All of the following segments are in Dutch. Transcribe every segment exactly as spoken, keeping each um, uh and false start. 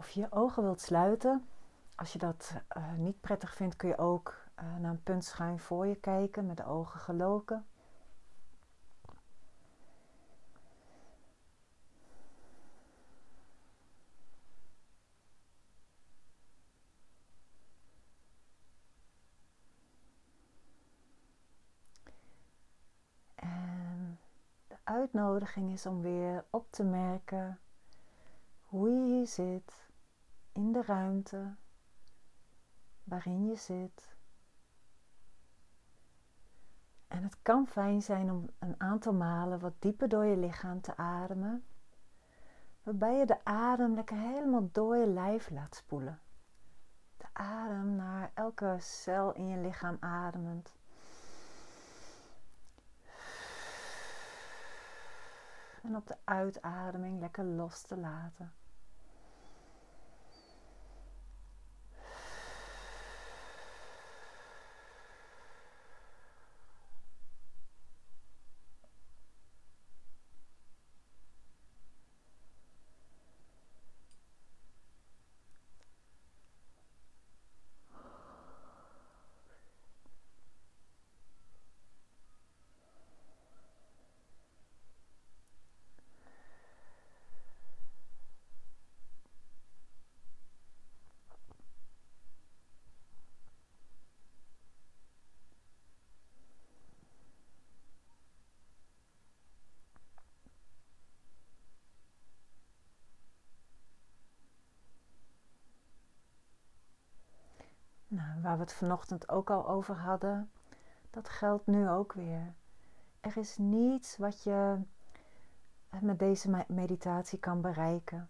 Of je je ogen wilt sluiten. Als je dat uh, niet prettig vindt, kun je ook uh, naar een punt schuin voor je kijken met de ogen geloken. En de uitnodiging is om weer op te merken hoe je hier zit in de ruimte waarin je zit. En het kan fijn zijn om een aantal malen wat dieper door je lichaam te ademen, waarbij je de adem lekker helemaal door je lijf laat spoelen. De adem naar elke cel in je lichaam ademend. En op de uitademing lekker los te laten. Nou, waar we het vanochtend ook al over hadden, dat geldt nu ook weer. Er is niets wat je met deze meditatie kan bereiken,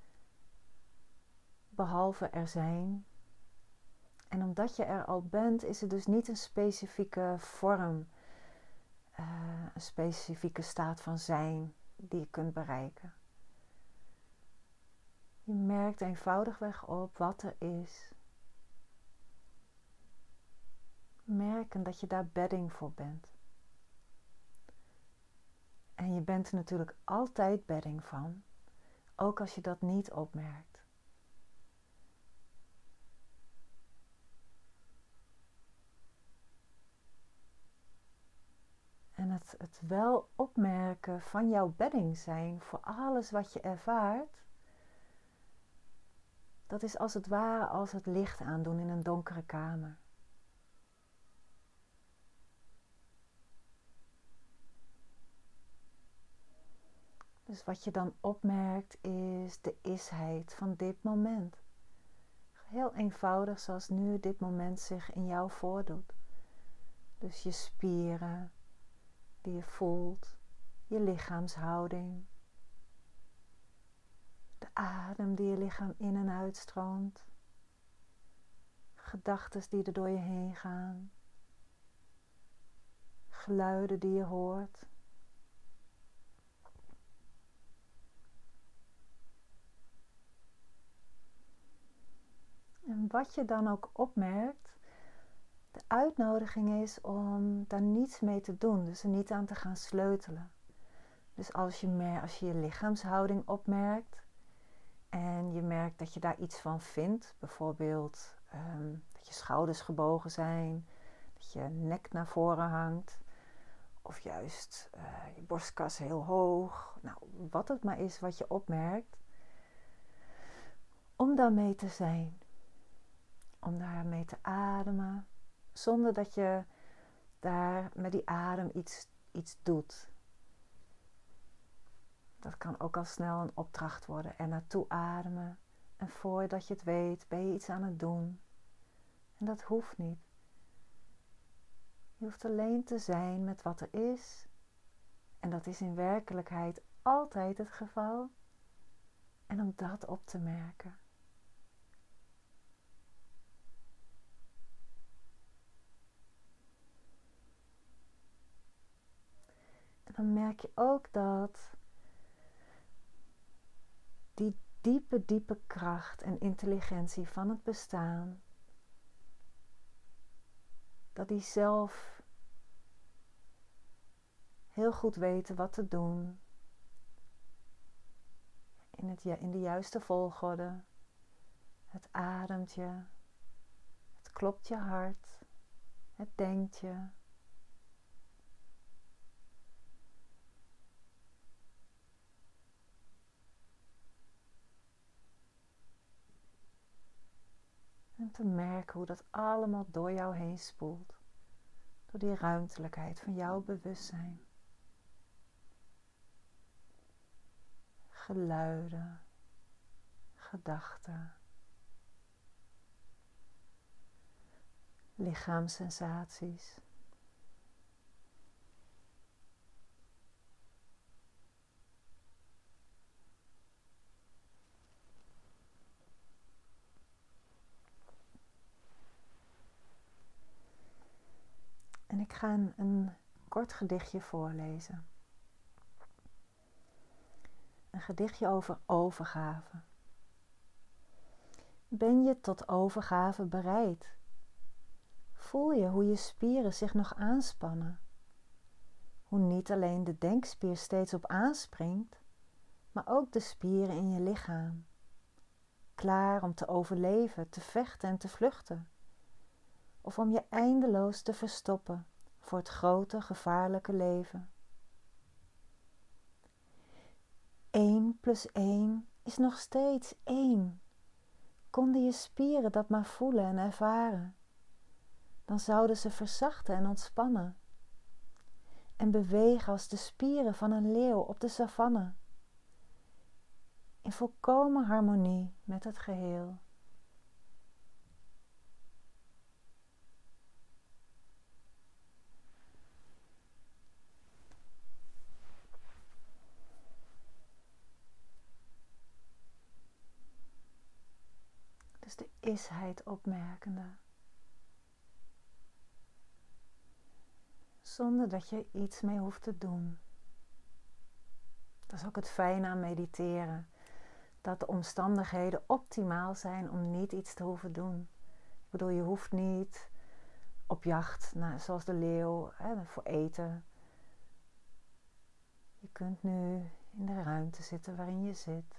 behalve er zijn. En omdat je er al bent, is er dus niet een specifieke vorm, uh, een specifieke staat van zijn die je kunt bereiken. Je merkt eenvoudigweg op wat er is. Merken dat je daar bedding voor bent. En je bent er natuurlijk altijd bedding van, ook als je dat niet opmerkt. En het, het wel opmerken van jouw bedding zijn voor alles wat je ervaart, dat is als het ware als het licht aandoen in een donkere kamer. Dus wat je dan opmerkt is de isheid van dit moment. Heel eenvoudig zoals nu dit moment zich in jou voordoet. Dus je spieren die je voelt, je lichaamshouding, de adem die je lichaam in en uitstroomt, gedachten die er door je heen gaan, geluiden die je hoort. En wat je dan ook opmerkt, de uitnodiging is om daar niets mee te doen, dus er niet aan te gaan sleutelen. Dus als je, mer- als je je lichaamshouding opmerkt en je merkt dat je daar iets van vindt, bijvoorbeeld um, dat je schouders gebogen zijn, dat je nek naar voren hangt, of juist uh, je borstkas heel hoog, nou, wat het maar is wat je opmerkt, om daarmee te zijn. Om daarmee te ademen, zonder dat je daar met die adem iets, iets doet. Dat kan ook al snel een opdracht worden. Er naartoe ademen. En voordat je het weet, ben je iets aan het doen. En dat hoeft niet. Je hoeft alleen te zijn met wat er is. En dat is in werkelijkheid altijd het geval. En om dat op te merken. En dan merk je ook dat die diepe, diepe kracht en intelligentie van het bestaan, dat die zelf heel goed weten wat te doen, in, het, in de juiste volgorde, Het ademt je. Het klopt je hart. Het denkt je. En te merken hoe dat allemaal door jou heen spoelt. Door die ruimtelijkheid van jouw bewustzijn. Geluiden. Gedachten. Lichaamssensaties. En ik ga een, een kort gedichtje voorlezen. Een gedichtje over overgave. Ben je tot overgave bereid? Voel je hoe je spieren zich nog aanspannen? Hoe niet alleen de denkspier steeds op aanspringt, maar ook de spieren in je lichaam. Klaar om te overleven, te vechten en te vluchten. Of om je eindeloos te verstoppen voor het grote gevaarlijke leven. Eén plus één is nog steeds één. Konden je spieren dat maar voelen en ervaren, dan zouden ze verzachten en ontspannen. En bewegen als de spieren van een leeuw op de savanne. In volkomen harmonie met het geheel. Dus de isheid opmerkende. Zonder dat je iets mee hoeft te doen. Dat is ook het fijne aan mediteren. Dat de omstandigheden optimaal zijn om niet iets te hoeven doen. Ik bedoel, je hoeft niet op jacht, naar, zoals de leeuw, hè, voor eten. Je kunt nu in de ruimte zitten waarin je zit.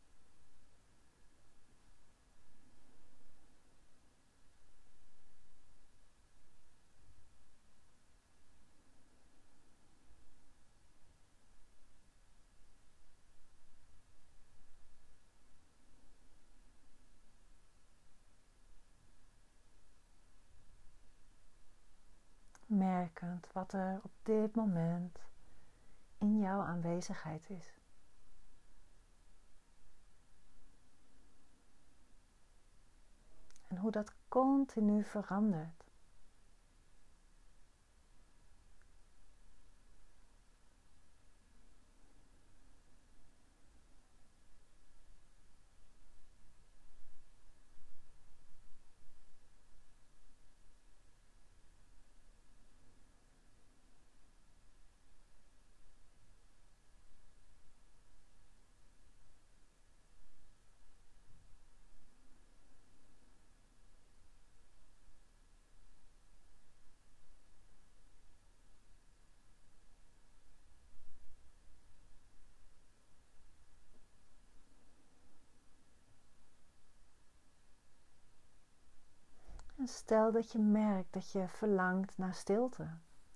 Merkend wat er op dit moment in jouw aanwezigheid is. En hoe dat continu verandert. En stel dat je merkt dat je verlangt naar stilte.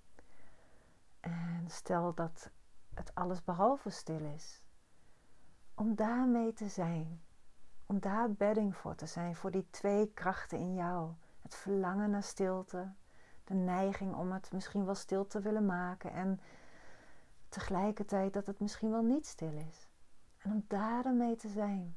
En stel dat het alles behalve stil is. Om daarmee te zijn. Om daar bedding voor te zijn. Voor die twee krachten in jou. Het verlangen naar stilte. De neiging om het misschien wel stil te willen maken. En tegelijkertijd dat het misschien wel niet stil is. En om daarmee te zijn.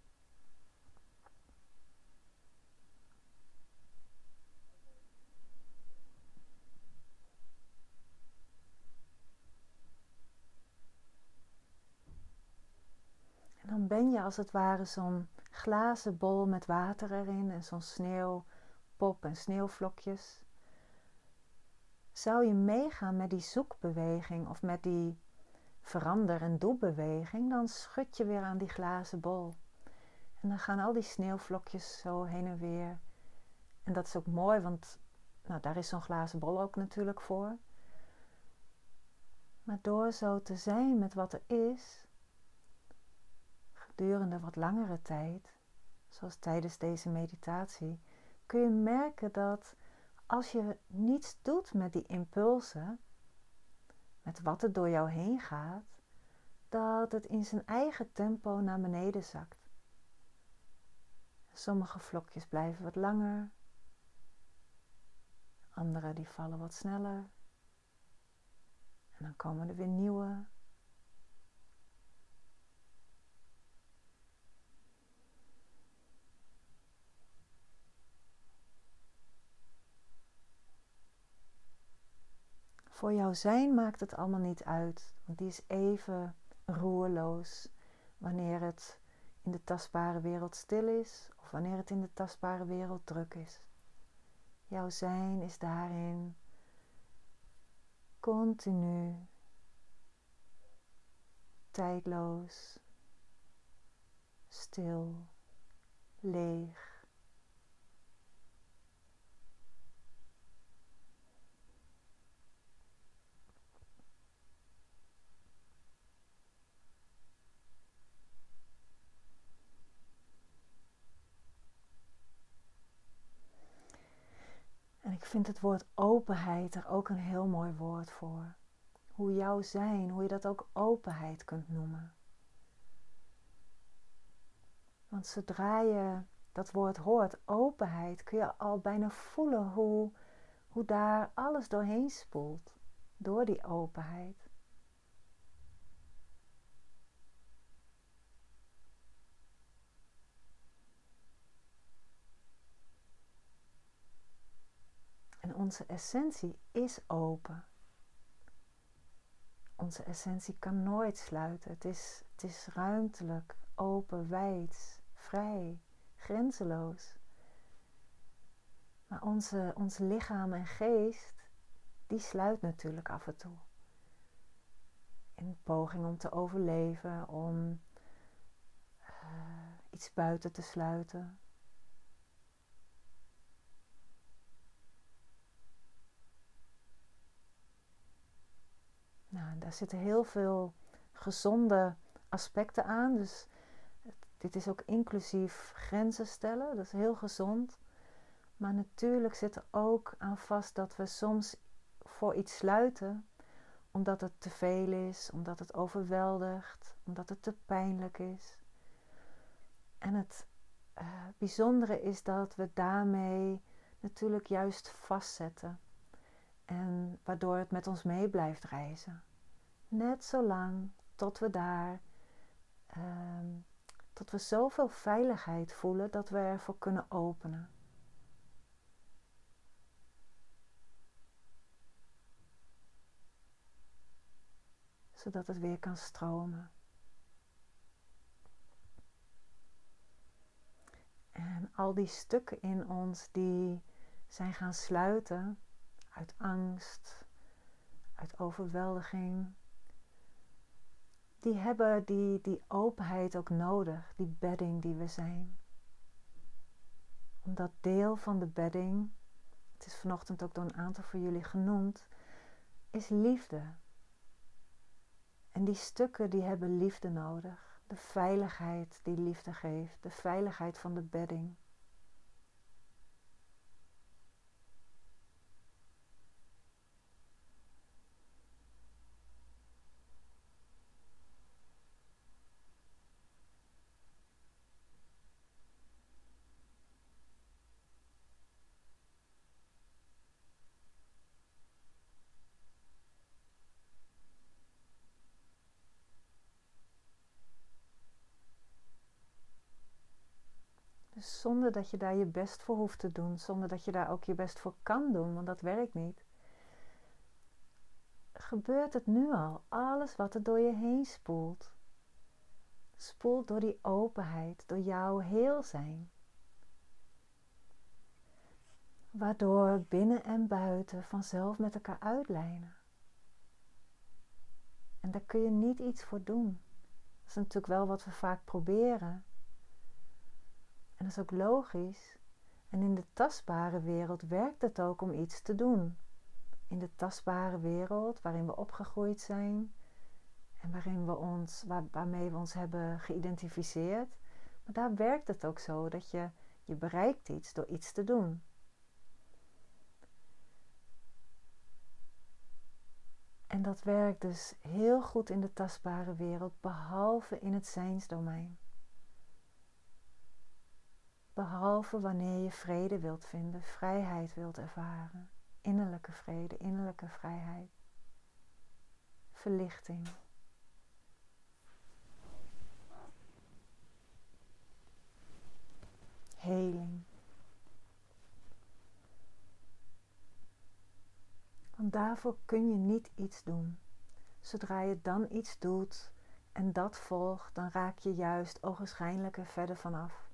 En dan ben je als het ware zo'n glazen bol met water erin en zo'n sneeuwpop en sneeuwvlokjes. Zou je meegaan met die zoekbeweging of met die verander- en doe-beweging, dan schud je weer aan die glazen bol. En dan gaan al die sneeuwvlokjes zo heen en weer. En dat is ook mooi, want nou, daar is zo'n glazen bol ook natuurlijk voor. Maar door zo te zijn met wat er is, gedurende wat langere tijd, zoals tijdens deze meditatie, kun je merken dat als je niets doet met die impulsen, met wat er door jou heen gaat, dat het in zijn eigen tempo naar beneden zakt. Sommige vlokjes blijven wat langer, andere die vallen wat sneller. En dan komen er weer nieuwe. Voor jouw zijn maakt het allemaal niet uit, want die is even roerloos wanneer het in de tastbare wereld stil is of wanneer het in de tastbare wereld druk is. Jouw zijn is daarin continu, tijdloos, stil, leeg. En ik vind het woord openheid er ook een heel mooi woord voor. Hoe jouw zijn, hoe je dat ook openheid kunt noemen. Want zodra je dat woord hoort, openheid, kun je al bijna voelen hoe, hoe daar alles doorheen spoelt. Door die openheid. En onze essentie is open. Onze essentie kan nooit sluiten. Het is, het is ruimtelijk, open, wijd, vrij, grenzeloos. Maar onze, ons lichaam en geest, die sluit natuurlijk af en toe. In een poging om te overleven, om uh, iets buiten te sluiten. Nou, daar zitten heel veel gezonde aspecten aan. Dus dit is ook inclusief grenzen stellen. Dat is heel gezond. Maar natuurlijk zit er ook aan vast dat we soms voor iets sluiten. Omdat het te veel is. Omdat het overweldigt. Omdat het te pijnlijk is. En het uh, bijzondere is dat we daarmee natuurlijk juist vastzetten. En waardoor het met ons mee blijft reizen. Net zolang tot we daar, um, tot we zoveel veiligheid voelen dat we ervoor kunnen openen. Zodat het weer kan stromen. En al die stukken in ons die zijn gaan sluiten uit angst, uit overweldiging. Die hebben die, die openheid ook nodig, die bedding die we zijn. Omdat deel van de bedding, het is vanochtend ook door een aantal van jullie genoemd, is liefde. En die stukken die hebben liefde nodig. De veiligheid die liefde geeft, de veiligheid van de bedding. Dus zonder dat je daar je best voor hoeft te doen. Zonder dat je daar ook je best voor kan doen. Want dat werkt niet. Gebeurt het nu al. Alles wat er door je heen spoelt. Spoelt door die openheid. Door jouw heel zijn. Waardoor binnen en buiten vanzelf met elkaar uitlijnen. En daar kun je niet iets voor doen. Dat is natuurlijk wel wat we vaak proberen. En dat is ook logisch. En in de tastbare wereld werkt het ook om iets te doen. In de tastbare wereld waarin we opgegroeid zijn en waarin we ons, waar, waarmee we ons hebben geïdentificeerd, Maar daar werkt het ook zo dat je, je bereikt iets door iets te doen. En dat werkt dus heel goed in de tastbare wereld, behalve in het zijnsdomein. Behalve wanneer je vrede wilt vinden, vrijheid wilt ervaren. Innerlijke vrede, innerlijke vrijheid. Verlichting. Heling. Want daarvoor kun je niet iets doen. Zodra je dan iets doet en dat volgt, dan raak je juist ogenschijnlijk er verder vanaf.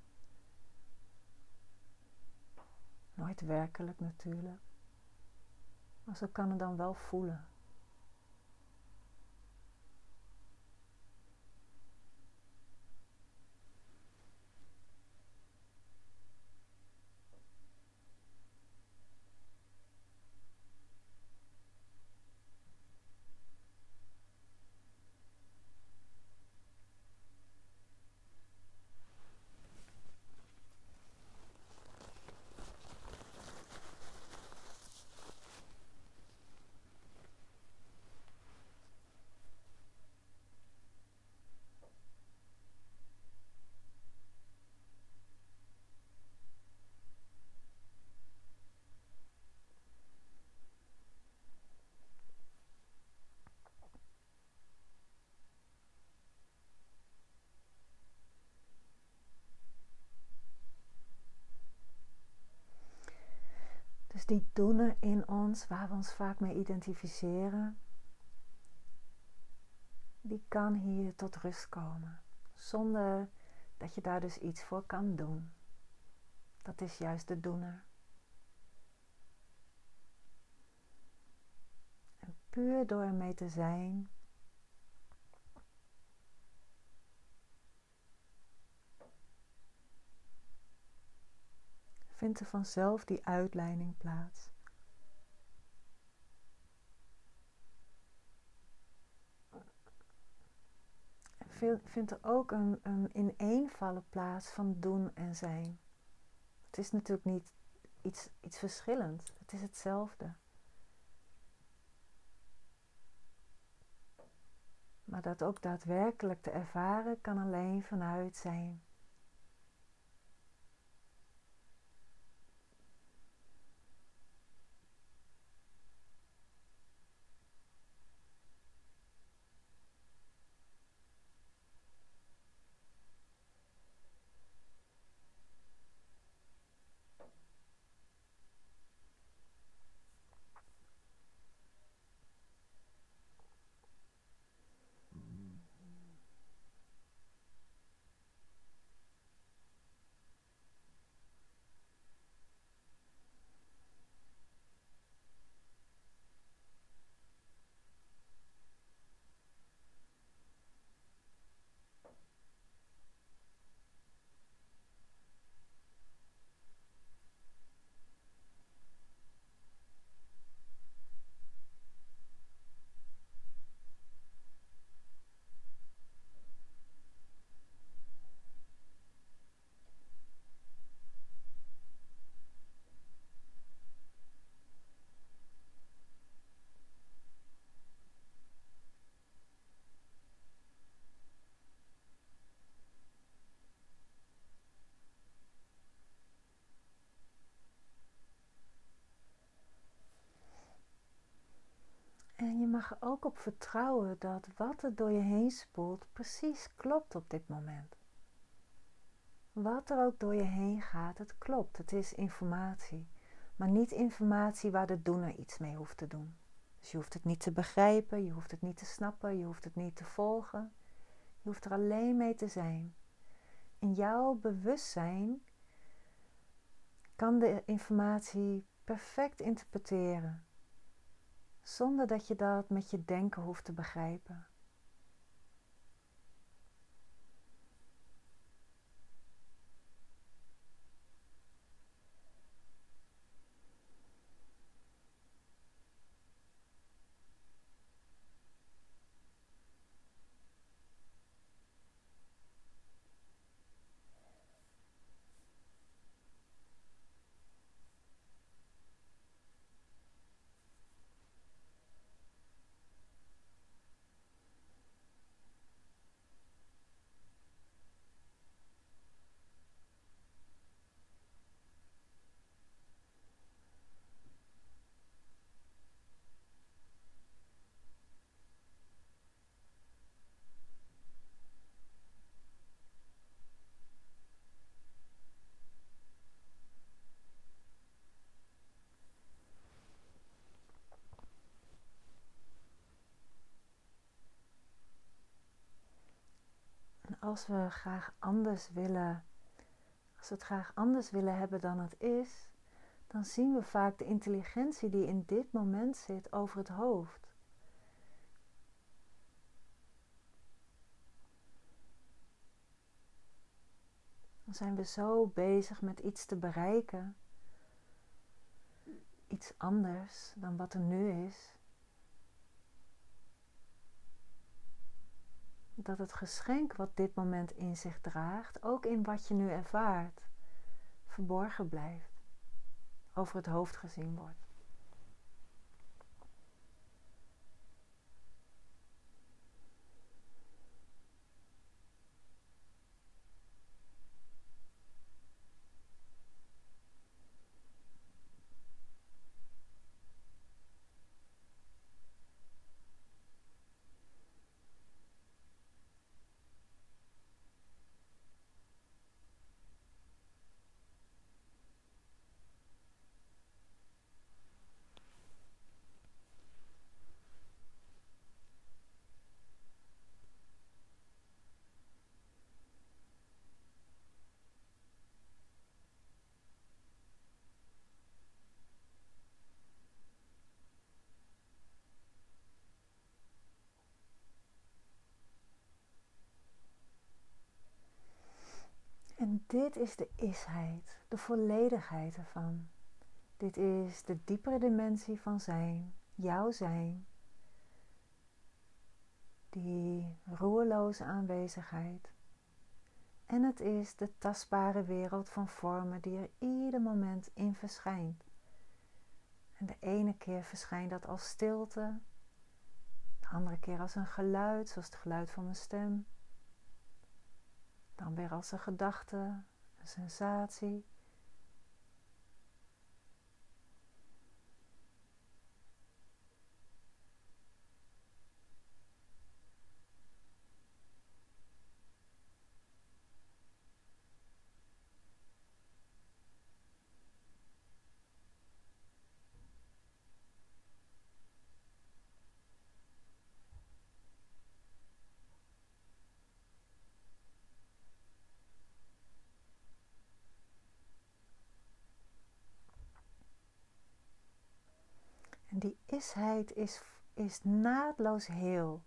Nooit werkelijk natuurlijk. Maar zo kan het dan wel voelen. Dus die doener in ons, waar we ons vaak mee identificeren, die kan hier tot rust komen. Zonder dat je daar dus iets voor kan doen. Dat is juist de doener. En puur door ermee te zijn, vindt er vanzelf die uitleiding plaats. Vindt er ook een, een ineenvallen plaats van doen en zijn. Het is natuurlijk niet iets, iets verschillends. Het is hetzelfde. Maar dat ook daadwerkelijk te ervaren kan alleen vanuit zijn. En je mag er ook op vertrouwen dat wat er door je heen spoelt precies klopt op dit moment. Wat er ook door je heen gaat, het klopt. Het is informatie. Maar niet informatie waar de doener iets mee hoeft te doen. Dus je hoeft het niet te begrijpen, je hoeft het niet te snappen, je hoeft het niet te volgen. Je hoeft er alleen mee te zijn. In jouw bewustzijn kan de informatie perfect interpreteren. Zonder dat je dat met je denken hoeft te begrijpen. En als we graag anders willen, als we het graag anders willen hebben dan het is, dan zien we vaak de intelligentie die in dit moment zit over het hoofd. Dan zijn we zo bezig met iets te bereiken, iets anders dan wat er nu is, dat het geschenk wat dit moment in zich draagt, ook in wat je nu ervaart, verborgen blijft, over het hoofd gezien wordt. En dit is de isheid, de volledigheid ervan. Dit is de diepere dimensie van zijn, jouw zijn. Die roerloze aanwezigheid. En het is de tastbare wereld van vormen die er ieder moment in verschijnt. En de ene keer verschijnt dat als stilte, de andere keer als een geluid, zoals het geluid van mijn stem. Dan weer als een gedachte, een sensatie. En die isheid is, is naadloos heel.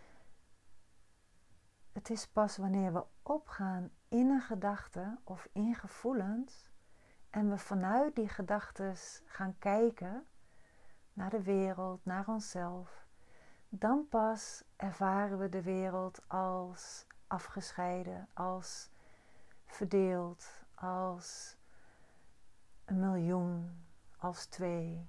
Het is pas wanneer we opgaan in een gedachte of in gevoelens en we vanuit die gedachten gaan kijken naar de wereld, naar onszelf, dan pas ervaren we de wereld als afgescheiden, als verdeeld, als een miljoen, als twee.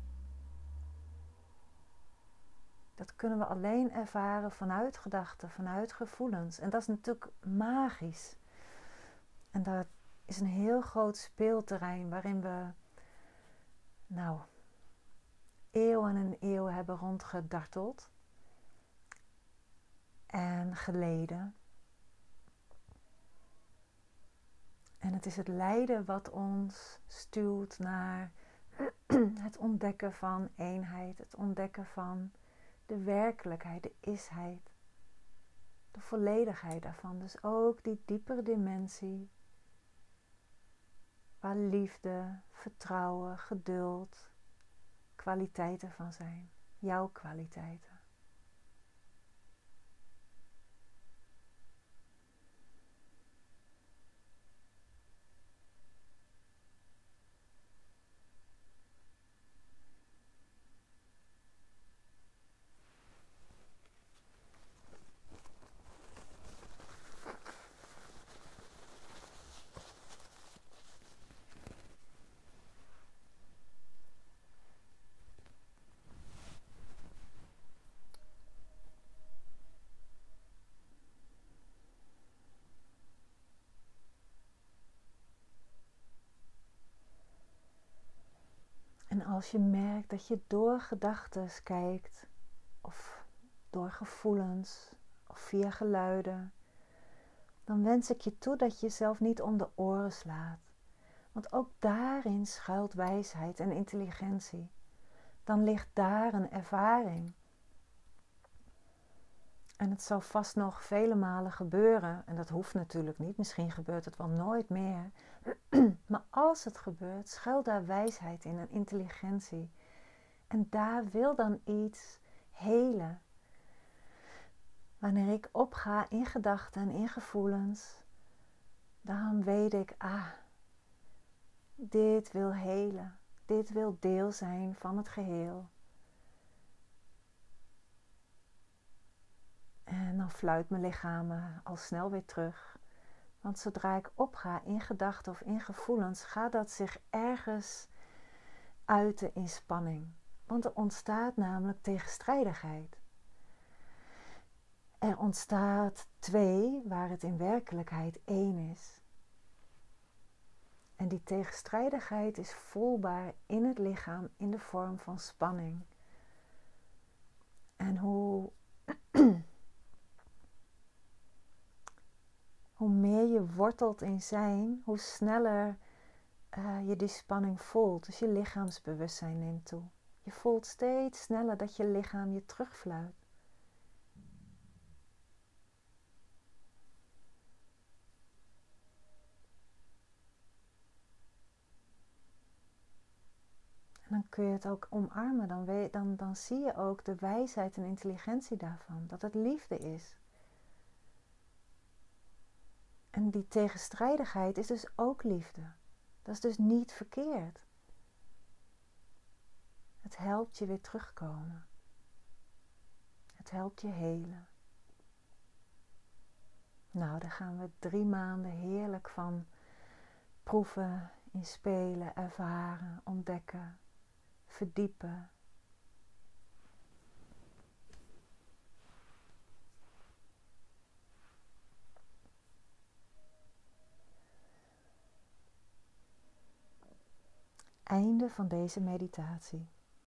Dat kunnen we alleen ervaren vanuit gedachten, vanuit gevoelens. En dat is natuurlijk magisch. En dat is een heel groot speelterrein waarin we, nou, eeuwen en eeuwen hebben rondgedarteld. En geleden. En het is het lijden wat ons stuwt naar het ontdekken van eenheid, het ontdekken van de werkelijkheid, de isheid, de volledigheid daarvan. Dus ook die diepere dimensie waar liefde, vertrouwen, geduld, kwaliteiten van zijn. Jouw kwaliteiten. En als je merkt dat je door gedachten kijkt, of door gevoelens, of via geluiden, dan wens ik je toe dat je jezelf niet om de oren slaat. Want ook daarin schuilt wijsheid en intelligentie. Dan ligt daar een ervaring. En het zal vast nog vele malen gebeuren. En dat hoeft natuurlijk niet. Misschien gebeurt het wel nooit meer. Maar als het gebeurt, schuilt daar wijsheid in en intelligentie. En daar wil dan iets helen. Wanneer ik opga in gedachten en in gevoelens, dan weet ik, ah, dit wil helen. Dit wil deel zijn van het geheel. En dan fluit mijn lichaam al snel weer terug. Want zodra ik opga in gedachten of in gevoelens, gaat dat zich ergens uiten in spanning. Want er ontstaat namelijk tegenstrijdigheid. Er ontstaat twee, waar het in werkelijkheid één is. En die tegenstrijdigheid is voelbaar in het lichaam in de vorm van spanning. En hoe, hoe meer je wortelt in zijn, hoe sneller uh, je die spanning voelt. Dus je lichaamsbewustzijn neemt toe. Je voelt steeds sneller dat je lichaam je terugfluit. En dan kun je het ook omarmen. Dan, weet, dan, dan zie je ook de wijsheid en intelligentie daarvan. Dat het liefde is. En die tegenstrijdigheid is dus ook liefde. Dat is dus niet verkeerd. Het helpt je weer terugkomen. Het helpt je helen. Nou, daar gaan we drie maanden heerlijk van proeven, inspelen, ervaren, ontdekken, verdiepen. Einde van deze meditatie.